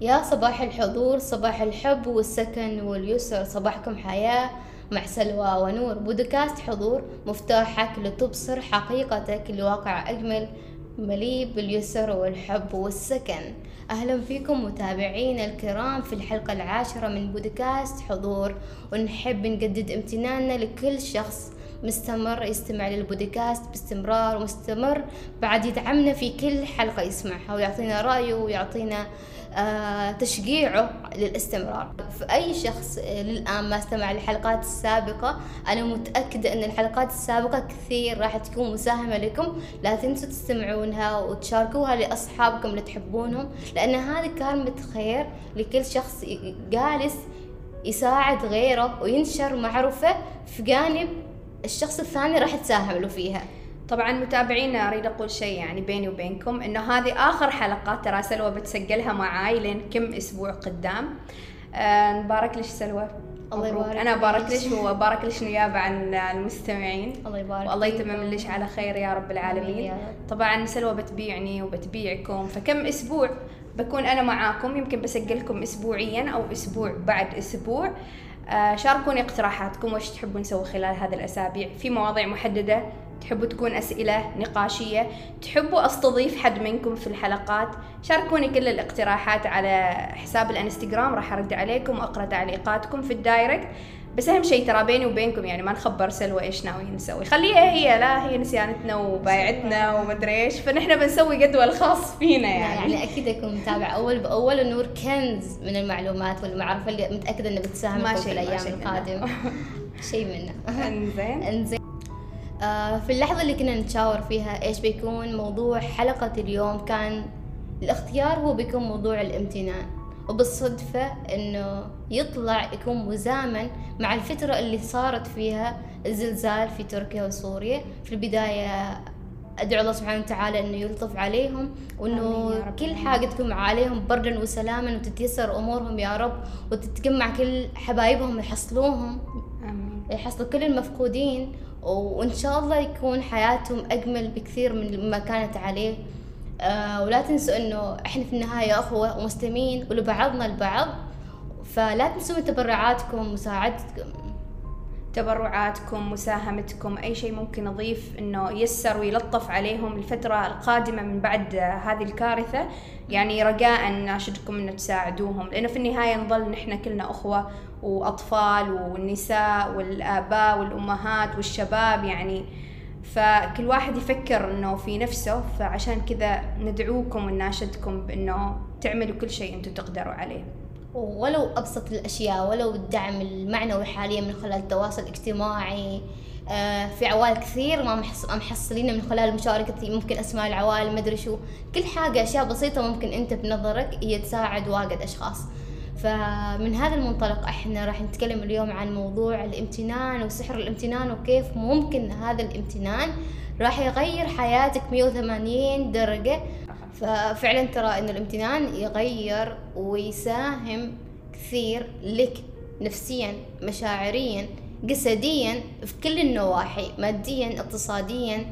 يا صباح الحضور، صباح الحب والسكن واليسر، صباحكم حياة مع سلوى ونور. بودكاست حضور، مفتاحك لتبصر حقيقتك لواقع أجمل، مليء باليسر والحب والسكن. أهلا فيكم متابعينا الكرام في الحلقة 10 من بودكاست حضور، ونحب نجدد امتناننا لكل شخص مستمر يستمع للبودكاست باستمرار ومستمر بعد يدعمنا في كل حلقة يسمعها ويعطينا رأيه ويعطينا تشجيعه للاستمرار. فأي شخص للآن ما استمع للحلقات السابقة، أنا متأكدة أن الحلقات السابقة كثير راح تكون مساهمة لكم. لا تنسوا تستمعونها وتشاركوها لأصحابكم اللي تحبونهم، لأن هذه كلمة خير لكل شخص جالس يساعد غيره وينشر معرفة في جانب الشخص الثاني راح تساهم له فيها. طبعا متابعينا اريد اقول شيء يعني بيني وبينكم، انه هذه اخر حلقة ترى سلوى بتسجلها معاي لين كم اسبوع قدام. نبارك لك سلوى. الله يبارك. انا بارك لك وبارك لك نيابه عن المستمعين. الله يبارك والله يتمم لك على خير يا رب العالمين. طبعا سلوى بتبيعني وبتبيعكم، فكم اسبوع بكون انا معاكم، يمكن بسجلكم اسبوعيا او اسبوع بعد اسبوع. شاركوني اقتراحاتكم وش تحبون نسوي خلال هذه الاسابيع، في مواضيع محدده تحبوا تكون أسئلة نقاشية، تحبوا أستضيف حد منكم في الحلقات. شاركوني كل الاقتراحات على حساب الانستغرام، راح أرد عليكم وأقرأ تعليقاتكم في الدايركت. بس أهم شيء ترى بيني وبينكم يعني ما نخبر سلوى إيش ناويين نسوي، خليها هي، لا هي نسيانتنا وبايعتنا ومدري إيش، فنحن بنسوي جدول خاص فينا يعني أكيد أكون متابع أول بأول. النور كنز من المعلومات والمعرفة اللي متأكدة إنه بتساهم في الأيام القادمة. شيء منه. إنزين. في اللحظة اللي كنا نتشاور فيها إيش بيكون موضوع حلقة اليوم، كان الاختيار هو بيكون موضوع الامتنان، وبالصدفة إنه يطلع يكون مزامن مع الفترة اللي صارت فيها الزلزال في تركيا وسوريا. في البداية أدعو الله سبحانه وتعالى إنه يلطف عليهم، وإنه كل حاجة تكون عليهم بردا وسلاما، وتتيسر أمورهم يا رب، وتتجمع كل حبايبهم يحصلوهم، يحصلوا كل المفقودين، وإن شاء الله يكون حياتهم أجمل بكثير من ما كانت عليه. ولا تنسوا إنه إحنا في النهاية أخوة ومسلمين ولبعضنا البعض، فلا تنسوا تبرعاتكم، مساهمتكم، أي شيء ممكن نضيف إنه يسر ويلطف عليهم الفترة القادمة من بعد هذه الكارثة. يعني رجاء ناشدكم إنه تساعدوهم، لأنه في النهاية نظل نحن كلنا أخوة وأطفال، والنساء والآباء والأمهات والشباب يعني، فكل واحد يفكر إنه في نفسه. فعشان كذا ندعوكم ونناشدكم بإنه تعملوا كل شيء أنتم تقدروا عليه، ولو أبسط الأشياء، ولو الدعم المعنوي حاليا من خلال التواصل الاجتماعي. في عوائل كثير ما محصلين من خلال مشاركة ممكن أسماء العوائل مدري شو، كل حاجة أشياء بسيطة ممكن أنت بنظرك هي تساعد واجد أشخاص. فمن هذا المنطلق احنا راح نتكلم اليوم عن موضوع الامتنان وسحر الامتنان، وكيف ممكن هذا الامتنان راح يغير حياتك 180 درجة. ففعلا ترى انه الامتنان يغير ويساهم كثير لك نفسيا، مشاعريا، جسديا، في كل النواحي، ماديا، اقتصاديا،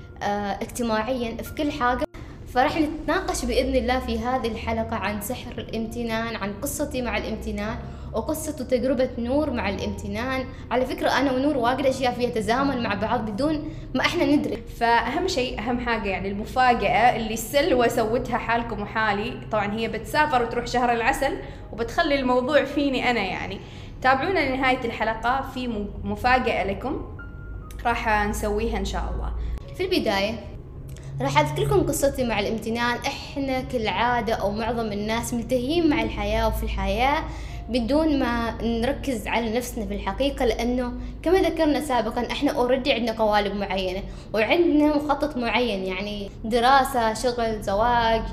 اجتماعيا، في كل حاجة. فرح نتناقش بإذن الله في هذه الحلقة عن سحر الامتنان، عن قصتي مع الامتنان وقصة وتجربة نور مع الامتنان. على فكرة أنا ونور واجد أشياء فيها تزامن مع بعض بدون ما إحنا ندرك. فأهم شيء، أهم حاجة يعني المفاجأة اللي سلوى سوتها حالكم وحالي. طبعا هي بتسافر وتروح شهر العسل وبتخلي الموضوع فيني أنا يعني. تابعونا لنهاية الحلقة، في مفاجأة لكم راح نسويها إن شاء الله. في البداية راح أذكر لكم قصتي مع الامتنان. إحنا كالعادة أو معظم الناس ملتهيين مع الحياة وفي الحياة بدون ما نركز على نفسنا في الحقيقة، لأنه كما ذكرنا سابقا إحنا أوريدي عندنا قوالب معينة وعندنا مخطط معين، يعني دراسة، شغل، زواج،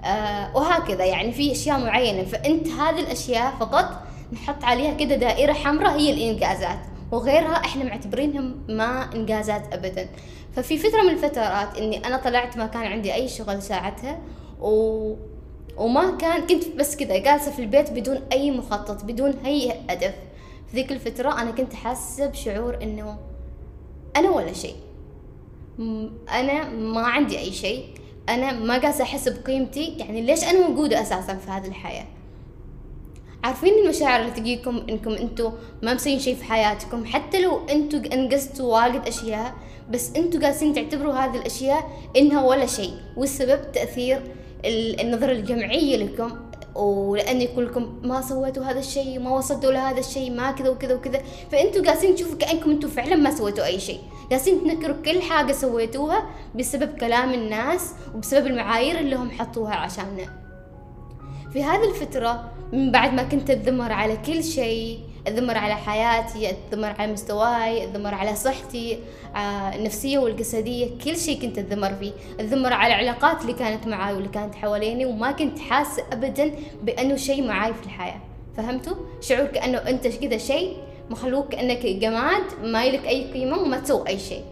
وهكذا، يعني في أشياء معينة. فأنت هذه الأشياء فقط نحط عليها كده دائرة حمراء هي الإنجازات، وغيرها إحنا معتبرينهم ما إنجازات أبدا. ففي فترة من الفترات إني أنا طلعت ما كان عندي أي شغل ساعتها، وما كنت بس كذا جالسة في البيت بدون أي مخطط، بدون أي هدف. في ذيك الفترة أنا كنت حاسة بشعور إنه أنا ولا شيء، أنا ما عندي أي شيء، أنا ما قاعدة أحس بقيمتي، يعني ليش أنا موجودة أساسا في هذه الحياة. عارفين المشاعر اللي تجيكم انكم انتوا ما مسوين شيء في حياتكم، حتى لو انتوا انجزتوا واجد اشياء بس انتوا قاسين تعتبروا هذه الاشياء انها ولا شيء، والسبب تأثير النظرة الجمعية لكم، ولأن كلكم ما سويتوا هذا الشيء، ما وصلتوا لهذا الشيء، ما كذا وكذا وكذا، فانتوا قاسين تشوفوا كأنكم انتوا فعلا ما سويتوا اي شيء، قاسين تنكروا كل حاجة سويتوها بسبب كلام الناس وبسبب المعايير اللي هم حطوها عشاننا. في هذه الفترة من بعد ما كنت أتذمر على كل شيء، أتذمر على حياتي، أتذمر على مستواي، أتذمر على صحتي النفسية والجسدية، كل شيء كنت أتذمر فيه، أتذمر على العلاقات اللي كانت معاي واللي كانت حواليني، وما كنت حاسة أبدا بأنه شيء معاي في الحياة. فهمتوا؟ شعور كأنه أنت كذا شيء مخلوق، كأنك جماد ما يلك أي قيمة وما تسوي أي شيء.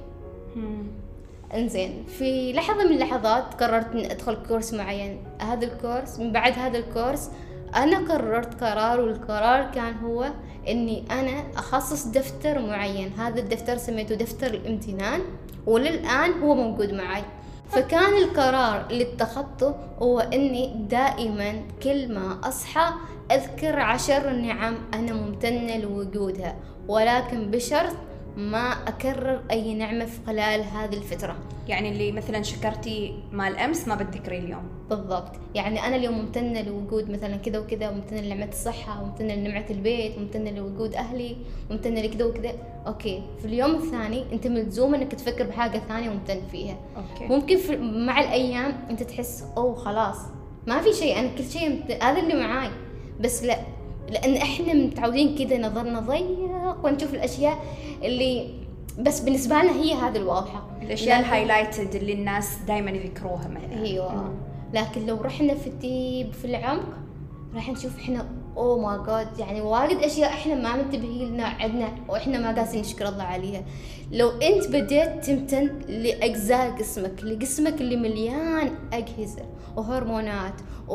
انزين، في لحظة من اللحظات قررت اني ادخل كورس معين. هذا الكورس، من بعد هذا الكورس انا قررت قرار، والقرار كان هو اني انا اخصص دفتر معين. هذا الدفتر سميته دفتر الامتنان، وللآن هو موجود معي. فكان القرار اللي اتخذته هو اني دائما كل ما اصحى اذكر 10 نعم انا ممتنة لوجودها، ولكن بشرط ما أكرر أي نعمة في خلال هذه الفترة. يعني اللي مثلا شكرتي مال أمس ما بتذكري اليوم. بالضبط، يعني أنا اليوم ممتنة لوجود مثلا كذا وكذا، ممتنة لنعمة الصحة، ممتنة لنعمة البيت، ممتنة لوجود أهلي، ممتنة لكذا وكذا. أوكي، في اليوم الثاني أنت ملزوم إنك تفكر بحاجة ثانية ممتن فيها. أوكي. ممكن مع الأيام أنت تحس أوه خلاص ما في شيء، أنا كل شيء هذا اللي معاي، بس لا، لأن إحنا متعودين كذا نظرنا ضيق ونشوف الأشياء اللي بس بالنسبة لنا هي هذه الواضحة، الأشياء الهايلايتد اللي الناس دايما يذكروها مثلا. أيوة. لكن لو رحنا في الديب في العمق راح نشوف إحنا أوه ماي جاد، يعني واجد أشياء إحنا ما منتبهين لنا عندنا وإحنا ما قاسين نشكر الله عليها. لو أنت بديت تمتن لأجزاء جسمك، لجسمك اللي مليان أجهزة وهرمونات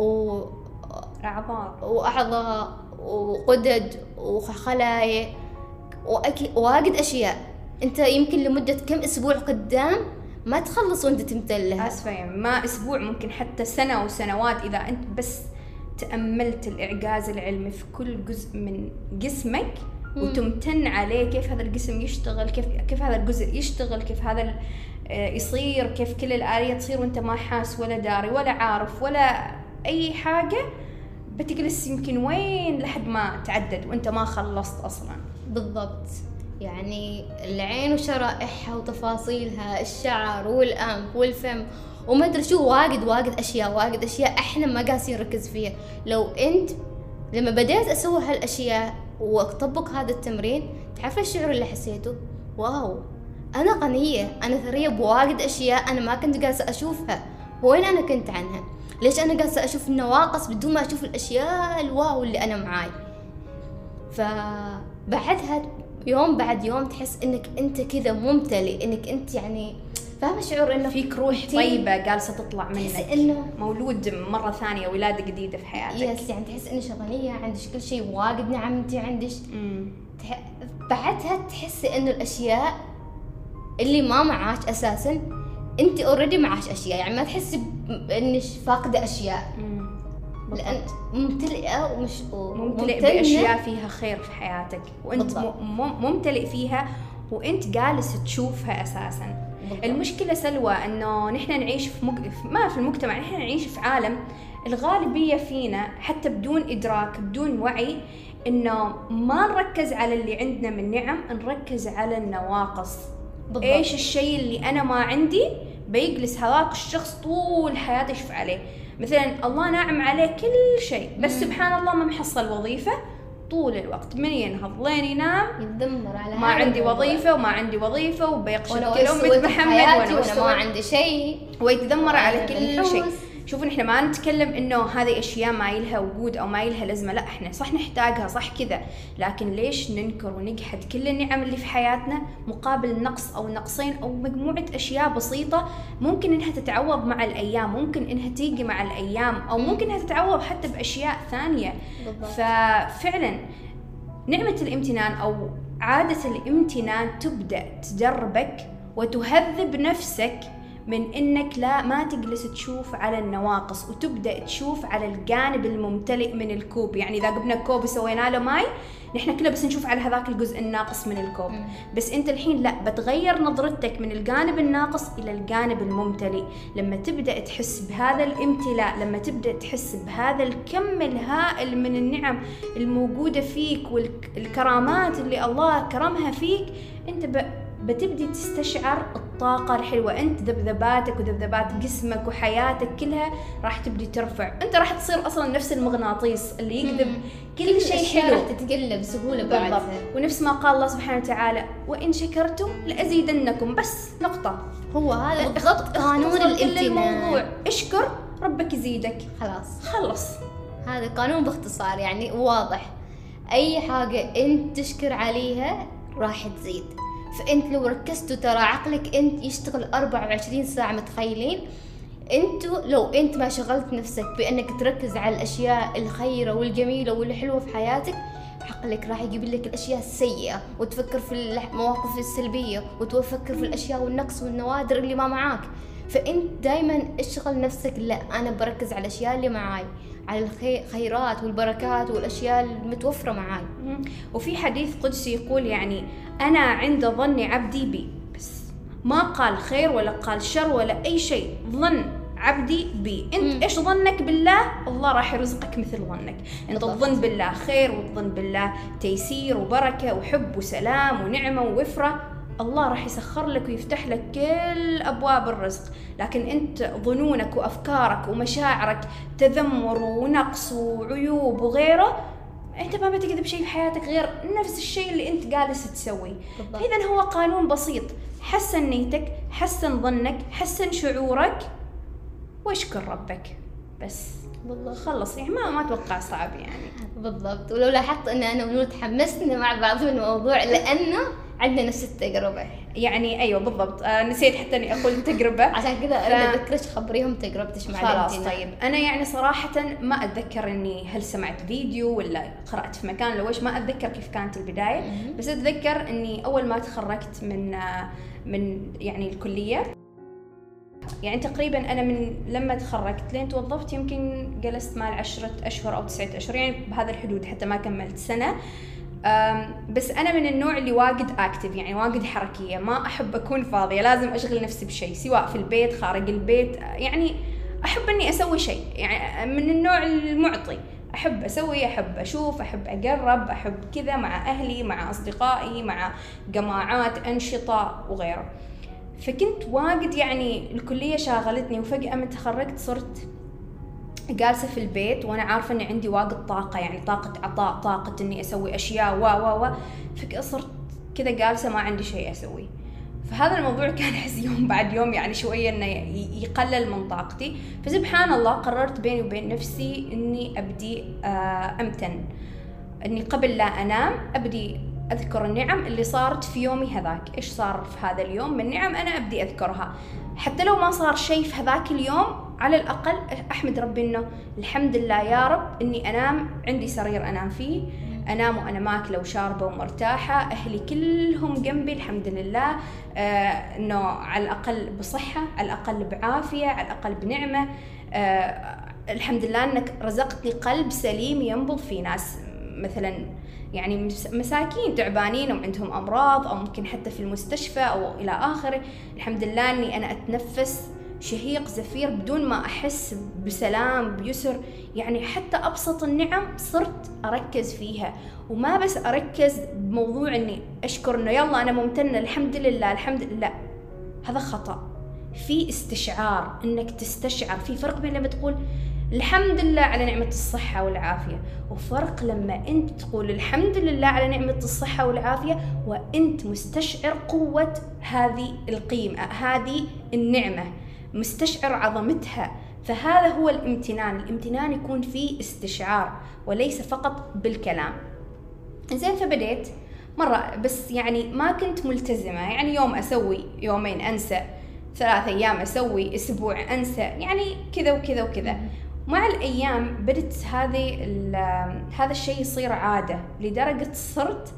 وأعضاء وغدد وخلايا واجد أشياء، أنت يمكن لمدة كم أسبوع قدام ما تخلص وأنت تمتن لها. أسفة، يعني ما أسبوع، ممكن حتى سنة وسنوات، إذا أنت بس تأملت الإعجاز العلمي في كل جزء من جسمك وتمتن عليه، كيف هذا الجسم يشتغل، كيف هذا الجزء يشتغل، كيف هذا يصير، كيف كل الآلية تصير وأنت ما حاس ولا داري ولا عارف ولا أي حاجة، بتجلس يمكن وين لحد ما تعدد وأنت ما خلصت أصلاً. بالضبط، يعني العين وشرائحها وتفاصيلها، الشعر والأنف والفم وما أدري شو، واجد أشياء إحنا ما قاسين نركز فيها. لو أنت لما بديت أسوي هالأشياء وأطبق هذا التمرين، تعرف الشعور اللي حسيته؟ واو، أنا غنية، أنا ثرية بواجد أشياء أنا ما كنت جالسة أشوفها. وين أنا كنت عنها؟ ليش أنا جالسة أشوف النواقص بدون ما أشوف الأشياء الواو اللي أنا معاي؟ فبعدها يوم بعد يوم تحس إنك أنت كذا ممتلئ، إنك أنت يعني فاهمة شعور إنه فيك روح طيبة جالسة تطلع منك، تحس إنه مولود مرة ثانية، ولادة جديدة في حياتك. يس، يعني تحس إنك غنية، عندك كل شيء، واجد نعم أنت عندك. بعدها تحس إنه الأشياء اللي ما معاش أساساً أنت أوريدي معاش أشياء، يعني ما تحس إنك فاقدة أشياء، لأن ممتلئة ومش ممتلئ بأشياء فيها خير في حياتك، وأنت ممتلئ فيها وأنت جالس تشوفها أساساً. المشكلة سلوى إنه نحن نعيش ما في المجتمع، نحن نعيش في عالم الغالبية فينا حتى بدون إدراك بدون وعي إنه ما نركز على اللي عندنا من نعم، نركز على النواقص. بالضبط. إيش الشيء اللي أنا ما عندي بيجلس هذاك الشخص طول حياته يشوف عليه. مثلا الله ناعم عليه كل شيء، بس سبحان الله ما محصل وظيفة، طول الوقت من ينهض لين ينام يتذمر على ما عندي وظيفة وما عندي وظيفة، وبيقشط كل أمة محمد وأنا ما عندي شيء، ويتذمر على كل شيء. شوفوا نحن ما نتكلم إنه هذه أشياء ما إلها وجود أو ما إلها لازمة، لا، إحنا صح نحتاجها، صح كذا، لكن ليش ننكر ونجحد كل النعم اللي في حياتنا مقابل نقص أو نقصين أو مجموعة أشياء بسيطة ممكن إنها تتعوض مع الأيام، ممكن إنها تيجي مع الأيام، أو ممكن إنها تتعوض حتى بأشياء ثانية. ففعلا نعمة الامتنان أو عادة الامتنان تبدأ تدربك وتهذب نفسك من إنك لا ما تجلس تشوف على النواقص وتبدأ تشوف على الجانب الممتلئ من الكوب. يعني إذا جبنا كوب وسوينا له ماي، نحن كله بس نشوف على هذاك الجزء الناقص من الكوب. بس أنت الحين لا، بتغير نظرتك من الجانب الناقص إلى الجانب الممتلئ. لما تبدأ تحس بهذا الامتلاء، لما تبدأ تحس بهذا الكم الهائل من النعم الموجودة فيك والكرامات اللي الله كرمها فيك، أنت بتبدي تستشعر الطاقة الحلوة. أنت ذبذباتك وذبذبات جسمك وحياتك كلها راح تبدي ترفع. أنت راح تصير أصلا نفس المغناطيس اللي يجذب كل شيء حلو، راح تتقلب بسهولة بعد. ونفس ما قال الله سبحانه وتعالى: وإن شكرتم لأزيدنكم. بس نقطة، هو هذا بالضبط قانون الامتنان. اشكر ربك يزيدك. خلص. هذا قانون باختصار، يعني واضح. أي حاجة أنت تشكر عليها راح تزيد. فأنت لو ركزتوا، ترى عقلك أنت يشتغل 24 ساعة. متخيلين أنتوا لو أنت ما شغلت نفسك بأنك تركز على الأشياء الخيرة والجميلة والحلوة في حياتك، عقلك راح يجيب لك الأشياء السيئة، وتفكر في المواقف السلبية، وتفكر في الأشياء والنقص والنوادر اللي ما معاك. فأنت دايما اشغل نفسك، لا أنا بركز على الأشياء اللي معاي، على الخيرات والبركات والأشياء المتوفرة معاي. وفي حديث قدسي يقول يعني أنا عند ظن عبدي بي، بس ما قال خير ولا قال شر ولا أي شيء. ظن عبدي بي. أنت إيش ظنك بالله، الله راح يرزقك مثل ظنك. أنت تظن بالله خير، وتظن بالله تيسير وبركة وحب وسلام ونعمة ووفرة، الله راح يسخر لك ويفتح لك كل أبواب الرزق. لكن أنت ظنونك وأفكارك ومشاعرك تذمر ونقص وعيوب وغيره، أنت ما بتقدر بشيء في حياتك غير نفس الشيء اللي أنت جالس تسويه. إذن هو قانون بسيط: حسن نيتك، حسن ظنك، حسن شعورك، واشكر ربك. بس بالضبط. خلص. يعني ما أتوقع صعب يعني. بالضبط. ولو لاحظت أن أنا ونور تحمسنا مع بعض في الموضوع لأنه عندنا نفس التجربة. يعني أيوة بالضبط. نسيت حتى أني أقول تجربة، عشان كذا أذكرش خبريهم تجربتش مع خلاص. طيب أنا يعني صراحة ما أتذكر أني هل سمعت فيديو ولا قرأت في مكان لو إيش، ما أتذكر كيف كانت البداية. بس أتذكر أني أول ما تخرجت من يعني الكلية، يعني تقريبا أنا من لما تخرجت لين توظفت يمكن جلست مع 10 أشهر أو 9 أشهر، يعني بهذا الحدود، حتى ما كملت سنة. بس أنا من النوع اللي واجد أكتف، يعني واجد حركية، ما أحب أكون فاضية، لازم أشغل نفسي بشيء سواء في البيت خارج البيت. يعني أحب أني أسوي شيء، يعني من النوع المعطي، أحب أسوي، أحب أشوف، أحب أجرب، أحب كذا مع أهلي، مع أصدقائي، مع جماعات، أنشطة وغيره. فكنت واجد يعني الكلية شاغلتني، وفجأة من تخرجت صرت جالسة في البيت وأنا عارفة أني عندي واجد طاقة، يعني طاقة عطاء، طاقة أني أسوي أشياء فجأة صرت كذا جالسة ما عندي شيء أسوي. فهذا الموضوع كان أحس يوم بعد يوم يعني شوية أنه يقلل من طاقتي. فسبحان الله قررت بيني وبين نفسي أني أبدي أمتن، أني قبل لا أنام أبدي أذكر النعم اللي صارت في يومي هذاك. إيش صار في هذا اليوم من نعم أنا أبدي أذكرها، حتى لو ما صار شيء في هذاك اليوم، على الأقل أحمد ربي إنه الحمد لله يا رب إني أنام عندي سرير أنام فيه، أنام وأنا ماكلة وشاربة ومرتاحة، أهلي كلهم جنبي الحمد لله، إنه على الأقل بصحة، على الأقل بعافية، على الأقل بنعمة. الحمد لله إنك رزقتني قلب سليم ينبض. في ناس مثلا يعني مساكين تعبانين وعندهم أمراض أو ممكن حتى في المستشفى أو إلى آخره. الحمد لله أني أنا أتنفس شهيق زفير بدون ما أحس بسلام بيسر. يعني حتى أبسط النعم صرت أركز فيها، وما بس أركز بموضوع أني أشكر أنه يلا أنا ممتنة الحمد لله الحمد لله، هذا خطأ. في استشعار، أنك تستشعر. في فرق بين لما تقول الحمد لله على نعمة الصحة والعافية، وفرق لما أنت تقول الحمد لله على نعمة الصحة والعافية وأنت مستشعر قوة هذه القيمة، هذه النعمة، مستشعر عظمتها. فهذا هو الامتنان. الامتنان يكون فيه استشعار وليس فقط بالكلام. زين، فبديت مرة، بس يعني ما كنت ملتزمة، يعني يوم أسوي، يومين أنسى، 3 أيام أسوي، أسبوع أنسى، يعني كذا وكذا وكذا. مع الأيام بدت هذا الشيء يصير عادة، لدرجة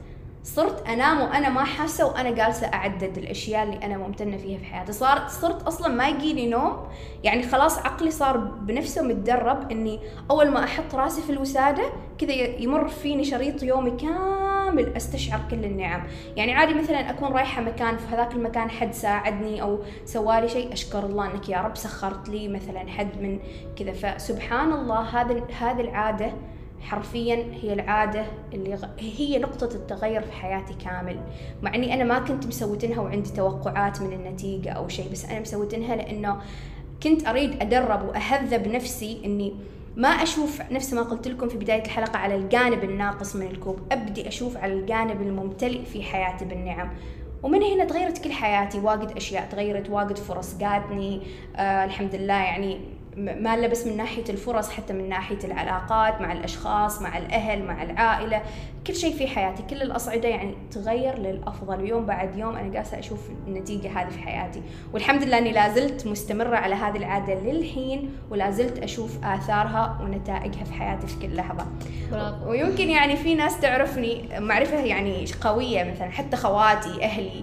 صرت انام وانا ما حاسه وانا جالسه اعدد الاشياء اللي انا ممتنه فيها في حياتي. صرت اصلا ما يجيني نوم، يعني خلاص عقلي صار بنفسه متدرب اني اول ما احط راسي في الوساده كذا يمر فيني شريط يومي كامل استشعر كل النعم. يعني عادي مثلا اكون رايحه مكان، في هذاك المكان حد ساعدني او سوالي شيء، اشكر الله انك يا رب سخرت لي مثلا حد من كذا. فسبحان الله هذه العاده حرفيا هي العادة اللي هي نقطة التغير في حياتي كامل. مع اني انا ما كنت مسوتنها وعندي توقعات من النتيجة او شيء، بس انا مسوتنها لانه كنت اريد ادرب واهذب نفسي اني ما اشوف نفس ما قلت لكم في بداية الحلقة على الجانب الناقص من الكوب، ابدي اشوف على الجانب الممتلئ في حياتي بالنعم. ومن هنا تغيرت كل حياتي، واجد اشياء تغيرت، واجد فرص جاتني الحمد لله. يعني ما لا بس من ناحية الفرص، حتى من ناحية العلاقات مع الأشخاص، مع الأهل، مع العائلة، كل شيء في حياتي، كل الأصعدة يعني تغير للأفضل. ويوم بعد يوم أنا جالسة أشوف النتيجة هذه في حياتي، والحمد لله أني لازلت مستمرة على هذه العادة للحين، ولازلت أشوف آثارها ونتائجها في حياتي في كل لحظة. برافو. ويمكن يعني في ناس تعرفني معرفة يعني قوية، مثلا حتى خواتي، أهلي،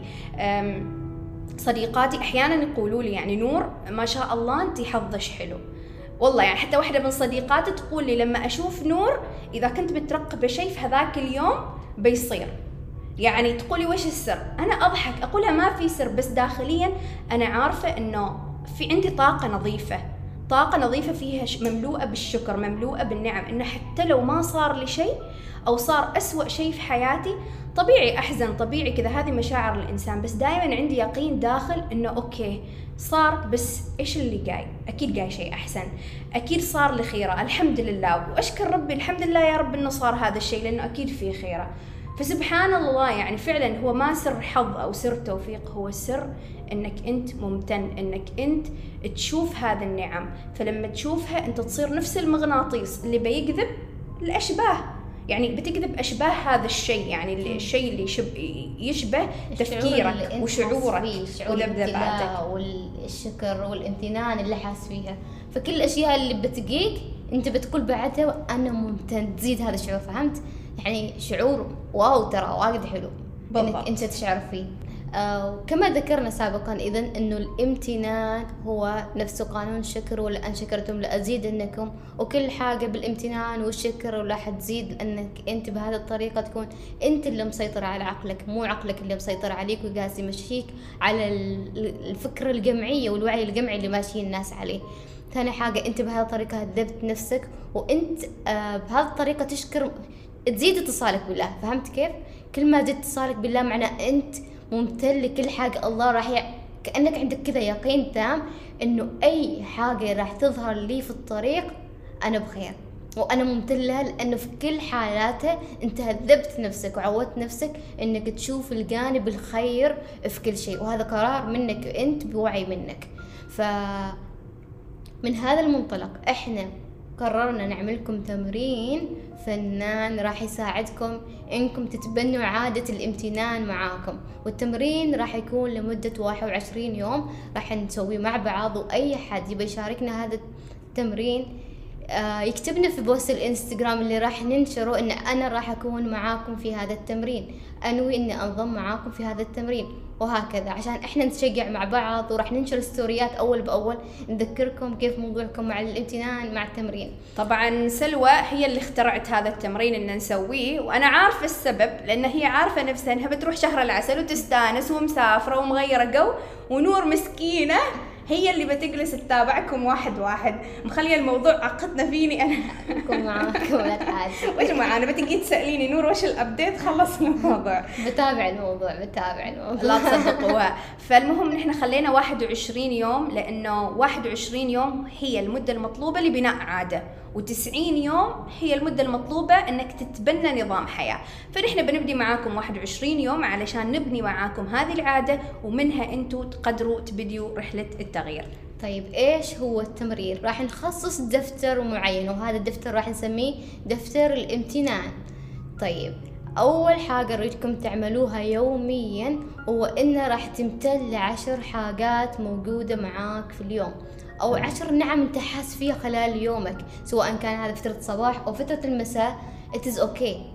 صديقاتي احيانا يقولوا لي يعني نور ما شاء الله انتي حظش حلو. والله يعني حتى واحده من صديقاتي تقول لي لما اشوف نور اذا كنت مترقبه شيء في هذاك اليوم بيصير. يعني تقولي وش السر؟ انا اضحك اقولها ما في سر، بس داخليا انا عارفه انه في عندي طاقه نظيفه فيها مملوءه بالشكر، مملوءه بالنعم، انه حتى لو ما صار لي شيء او صار أسوأ شيء في حياتي طبيعي احزن، طبيعي كذا، هذه مشاعر الانسان، بس دائما عندي يقين داخل انه اوكي صار، بس ايش اللي جاي؟ اكيد جاي شيء احسن، اكيد صار لي خيره، الحمد لله، واشكر ربي الحمد لله يا رب انه صار هذا الشيء لانه اكيد فيه خيره. فسبحان الله يعني فعلا هو ما سر حظ او سر توفيق، هو السر انك انت ممتن، انك انت تشوف هذه النعم، فلما تشوفها انت تصير نفس المغناطيس اللي بيجذب الاشباه، يعني بتجذب اشباه هذا الشيء، يعني الشيء اللي يشبه تفكيرك وشعورك وذبذباتك والشكر والامتنان اللي حاس فيها. فكل الاشياء اللي بتجيك انت بتقول بعدها انا ممتن، تزيد هذا الشعور. فهمت؟ يعني شعور واو ترى واجد حلو انك انت تشعر فيه. وكما ذكرنا سابقا اذا انه الامتنان هو نفس قانون الشكر، ولأن شكرتم لأزيدنكم، وكل حاجة بالامتنان والشكر ولا حتزيد، لأنك انت بهذه الطريقة تكون انت اللي مسيطر على عقلك، مو عقلك اللي مسيطر عليك وقاعد يمشيك على الفكرة الجمعية والوعي الجمعي اللي ماشيين الناس عليه. ثاني حاجة انت بهذه الطريقة هذبت نفسك، وانت بهذه الطريقة تشكر، تزيد اتصالك بالله. فهمت كيف؟ كل ما زدت اتصالك بالله معناه انت ممتن لكل حاجة الله راح كأنك عندك كذا يقين تام انه اي حاجة راح تظهر لي في الطريق انا بخير وانا ممتن لها، لانه في كل حالاته انت هذبت نفسك وعودت نفسك انك تشوف الجانب الخير في كل شيء، وهذا قرار منك انت بوعي منك. من هذا المنطلق احنا قررنا نعملكم تمرين فنان راح يساعدكم انكم تتبنوا عادة الامتنان معاكم، والتمرين راح يكون لمدة 21 يوم راح نسويه مع بعض. واي حد يبي يشاركنا هذا التمرين يكتبنا في بوست الانستغرام اللي راح ننشره ان انا راح اكون معاكم في هذا التمرين، انوي اني انضم معاكم في هذا التمرين، وهكذا عشان احنا نتشجع مع بعض. وراح ننشر ستوريات اول باول نذكركم كيف موضوعكم مع الامتنان مع التمرين. طبعا سلوى هي اللي اخترعت هذا التمرين ان نسويه، وانا عارفه السبب، لان هي عارفه نفسها انها بتروح شهر العسل وتستانس ومسافره ومغيره جو، ونور مسكينه هي اللي بتجلس تتابعكم واحد واحد، مخليه الموضوع عقدنا فيني انا. اكون معاكم لا تعادي. وش معانا بتجي تساليني نور وش الابديت، خلص الموضوع. بتابع الموضوع لا تصدقوها. فالمهم نحن خلينا 21 يوم، لانه 21 يوم هي المده المطلوبه لبناء عاده، و90 يوم هي المدة المطلوبة انك تتبنى نظام حياة. فنحن بنبدي معاكم 21 يوم علشان نبني معاكم هذه العادة، ومنها انتوا تقدروا تبديوا رحلة التغيير. طيب ايش هو التمرين؟ راح نخصص دفتر معين، وهذا الدفتر راح نسميه دفتر الامتنان. طيب اول حاجة اريدكم تعملوها يوميا هو انه راح تمتن ل10 حاجات موجودة معاك في اليوم، أو 10 نعم أنت حاس فيها خلال يومك، سواء كان هذا فترة الصباح أو فترة المساء. it is okay.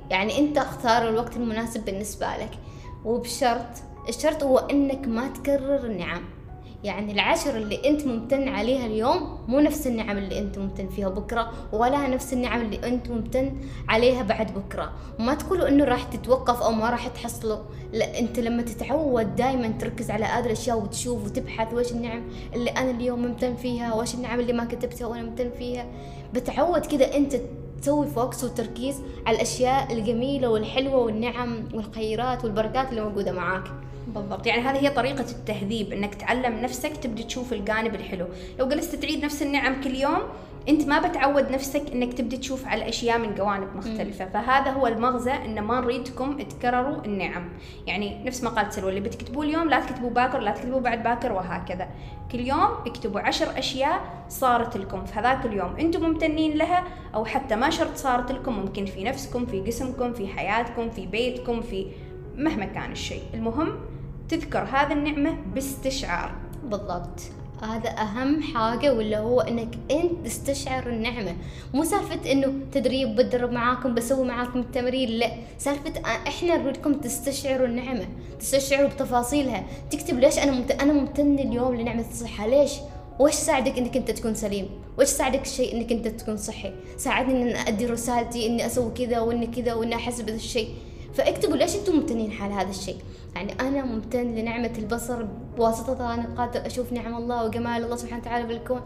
يعني انت اختار الوقت المناسب بالنسبة لك، وبشرط، الشرط هو انك ما تكرر النعم. يعني العشر اللي انت ممتن عليها اليوم مو نفس النعم اللي انت ممتن فيها بكرة، ولا نفس النعم اللي انت ممتن عليها بعد بكرة. وما تقولوا انه راح تتوقف او ما راح تحصله، لا، انت لما تتعود دائما تركز على هذه الاشياء وتشوف وتبحث وش النعم اللي انا اليوم ممتن فيها، وش النعم اللي ما كتبتها وانا ممتن فيها، بتعود كذا انت تسوي فوكس وتركيز على الاشياء الجميلة والحلوة والنعم والخيرات والبركات اللي موجودة معاك. بالضبط، يعني هذه هي طريقة التهذيب، انك تعلم نفسك تبدي تشوف الجانب الحلو. لو جلست تعيد نفس النعم كل يوم انت ما بتعود نفسك انك تبدي تشوف على الاشياء من جوانب مختلفة. فهذا هو المغزى، ان ما نريدكم تكرروا النعم. يعني نفس ما قالت سلوى، اللي بتكتبوه اليوم لا تكتبوه باكر، لا تكتبوه بعد باكر، وهكذا. كل يوم اكتبوا 10 اشياء صارت لكم في هذاك اليوم انتم ممتنين لها، او حتى ما شرط صارت لكم، ممكن في نفسكم، في جسمكم، في حياتكم، في بيتكم، في مهما كان الشيء. المهم تذكر هذه النعمة باستشعار. بالضبط، هذا أهم حاجة، ولا هو إنك أنت تستشعر النعمة. مو سالفة إنه تدريب بتدرب معاكم بسوي معاكم التمرين، لا، سالفة إحنا نريدكم تستشعروا النعمة، تستشعروا بتفاصيلها. تكتب ليش أنا ممتن اليوم لنعمة الصحة، ليش؟ وش ساعدك إنك أنت تكون سليم؟ وش ساعدك الشيء إنك أنت تكون صحي؟ ساعدني إن أدي رسالتي، إني أسوي كذا وإني كذا وإني أحس بهذا الشيء. فاكتبوا ليش انتم ممتنين حال هذا الشيء. يعني انا ممتن لنعمة البصر، بواسطتها انا قادر اشوف نعم الله وجمال الله سبحانه وتعالى بالكون،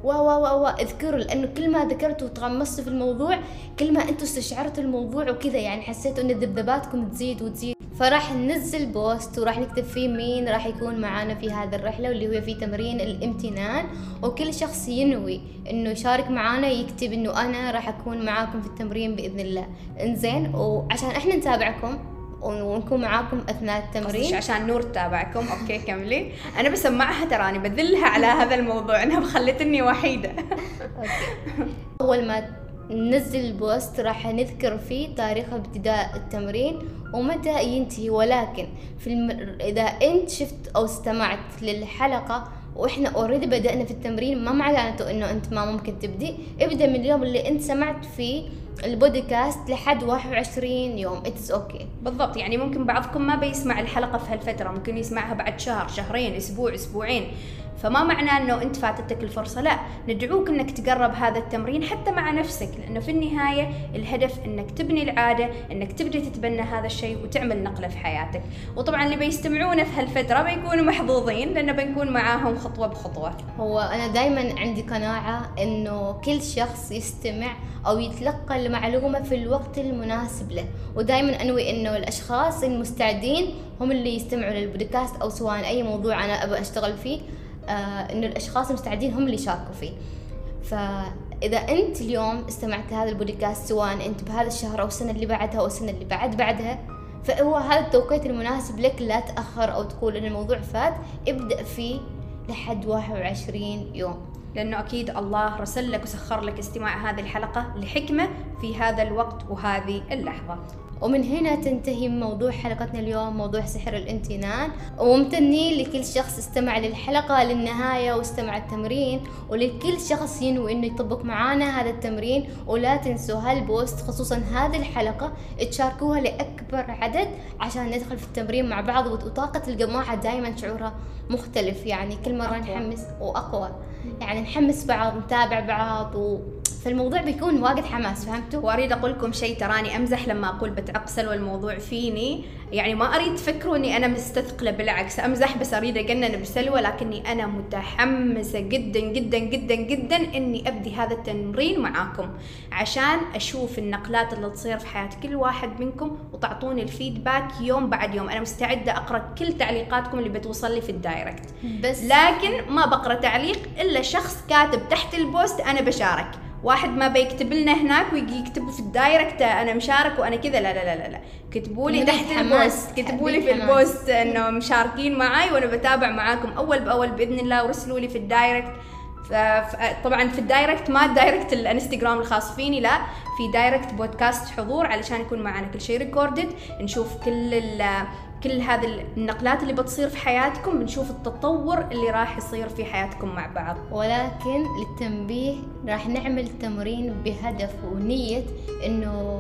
اذكروا، لانه كل ما ذكرتوا وتغمستوا في الموضوع كل ما انتم استشعرتوا الموضوع وكذا، يعني حسيتوا ان ذبذباتكم تزيد وتزيد. فراح ننزل بوست وراح نكتب فيه مين راح يكون معانا في هذه الرحلة، واللي هو في تمرين الامتنان. وكل شخص ينوي انه يشارك معانا يكتب انه انا راح اكون معاكم في التمرين باذن الله. انزين، وعشان احنا نتابعكم ونكون معاكم اثناء التمرين، مش عشان نور تتابعكم. اوكي كملي. انا بسمعها، تراني بذلها على هذا الموضوع، انها خلتني وحيده. أوكي. اول ما ننزل البوست راح نذكر فيه تاريخ ابتداء التمرين ومتى ينتهي. ولكن اذا انت شفت او استمعت للحلقة واحنا اوريدي بدأنا في التمرين، ما معناته انه انت ما ممكن تبدي. ابدأ من اليوم اللي انت سمعت فيه البودكاست لحد 21 يوم. اتس اوكي. بالضبط، يعني ممكن بعضكم ما بيسمع الحلقة في هالفترة، ممكن يسمعها بعد شهر، شهرين، اسبوع، اسبوعين. فما معناه انه انت فاتتك الفرصة، لا، ندعوك انك تقرب هذا التمرين حتى مع نفسك، لانه في النهاية الهدف انك تبني العادة، انك تبدي تتبنى هذا الشيء وتعمل نقلة في حياتك. وطبعا اللي بيستمعونا في هالفترة بيكونوا محظوظين، لانه بنكون معاهم خطوة بخطوة. هو انا دايما عندي قناعة انه كل شخص يستمع او يتلقى المعلومة في الوقت المناسب له، ودايما انوي انه الاشخاص المستعدين هم اللي يستمعوا للبودكاست، او سواء اي موضوع انا ابى اشتغل فيه، انه الاشخاص المستعدين هم اللي يشاركوا فيه. فاذا انت اليوم استمعت هذا البودكاست، سواء انت بهذا الشهر او السنة اللي بعدها او السنة اللي بعدها، فهو هذا التوقيت المناسب لك. لا تأخر او تقول ان الموضوع فات، ابدأ فيه لحد 21 يوم، لأنه أكيد الله رسل لك وسخر لك استماع هذه الحلقة لحكمة في هذا الوقت وهذه اللحظة. ومن هنا تنتهي موضوع حلقتنا اليوم، موضوع سحر الامتنان. وممتنين لكل شخص استمع للحلقة للنهاية واستمع التمرين، ولكل شخص ينوي انه يطبق معانا هذا التمرين. ولا تنسوا هالبوست، خصوصا هذه الحلقة، تشاركوها لأكبر عدد عشان ندخل في التمرين مع بعض. وطاقة الجماعة دائما شعورها مختلف، يعني كل مرة نحمس وأقوى، يعني نحمس بعض، نتابع بعض، فالموضوع بيكون واجد حماس. فهمتوا؟ واريد اقول لكم شيء، تراني امزح لما اقول بتعقسل والموضوع فيني، يعني ما اريد تفكروا اني انا مستثقله، بالعكس امزح، بس اريد اجنن بسلوى، لكني انا متحمسه جدا جدا جدا جدا اني ابدي هذا التمرين معاكم، عشان اشوف النقلات اللي تصير في حياه كل واحد منكم، وتعطوني الفيدباك يوم بعد يوم. انا مستعده اقرا كل تعليقاتكم اللي بتوصل لي في الدايركت، بس لكن ما بقرا تعليق الا شخص كاتب تحت البوست انا بشارك. واحد ما بيكتب لنا هناك ويجي يكتب في الدايركت انا مشارك وانا كذا، لا لا لا لا، كتبوا لي تحت البوست، كتبوا لي في البوست انه مشاركين معاي وانا بتابع معاكم اول باول باذن الله، ورسلوا لي في الدايركت. طبعا في الدايركت، ما الدايركت الانستغرام الخاص فيني، لا، في دايركت بودكاست حضور، علشان يكون معنا كل شيء ريكوردد، نشوف كل هذه النقلات اللي بتصير في حياتكم، بنشوف التطور اللي راح يصير في حياتكم مع بعض. ولكن للتنبيه راح نعمل تمرين بهدف ونية انه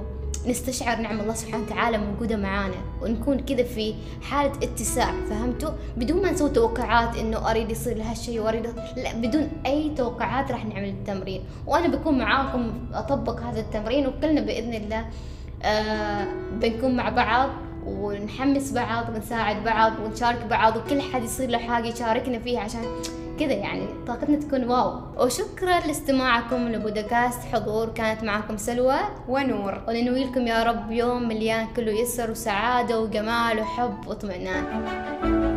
نستشعر نعم الله سبحانه وتعالى موجودة معانا، ونكون كذا في حالة اتساع، فهمتوا؟ بدون ما نسوي توقعات إنه أريد يصير لهالشيء وأريد، لا، بدون أي توقعات راح نعمل التمرين، وأنا بكون معاكم أطبق هذا التمرين، وكلنا بإذن الله بنكون مع بعض ونحمس بعض ونساعد بعض ونشارك بعض، وكل حد يصير له حاجة يشاركنا فيها عشان كذا يعني طاقتنا تكون واو. وشكرا لاستماعكم لبودكاست حضور، كانت معكم سلوى ونور، وننوي لكم يا رب يوم مليان كله يسر وسعادة وجمال وحب واطمئنان.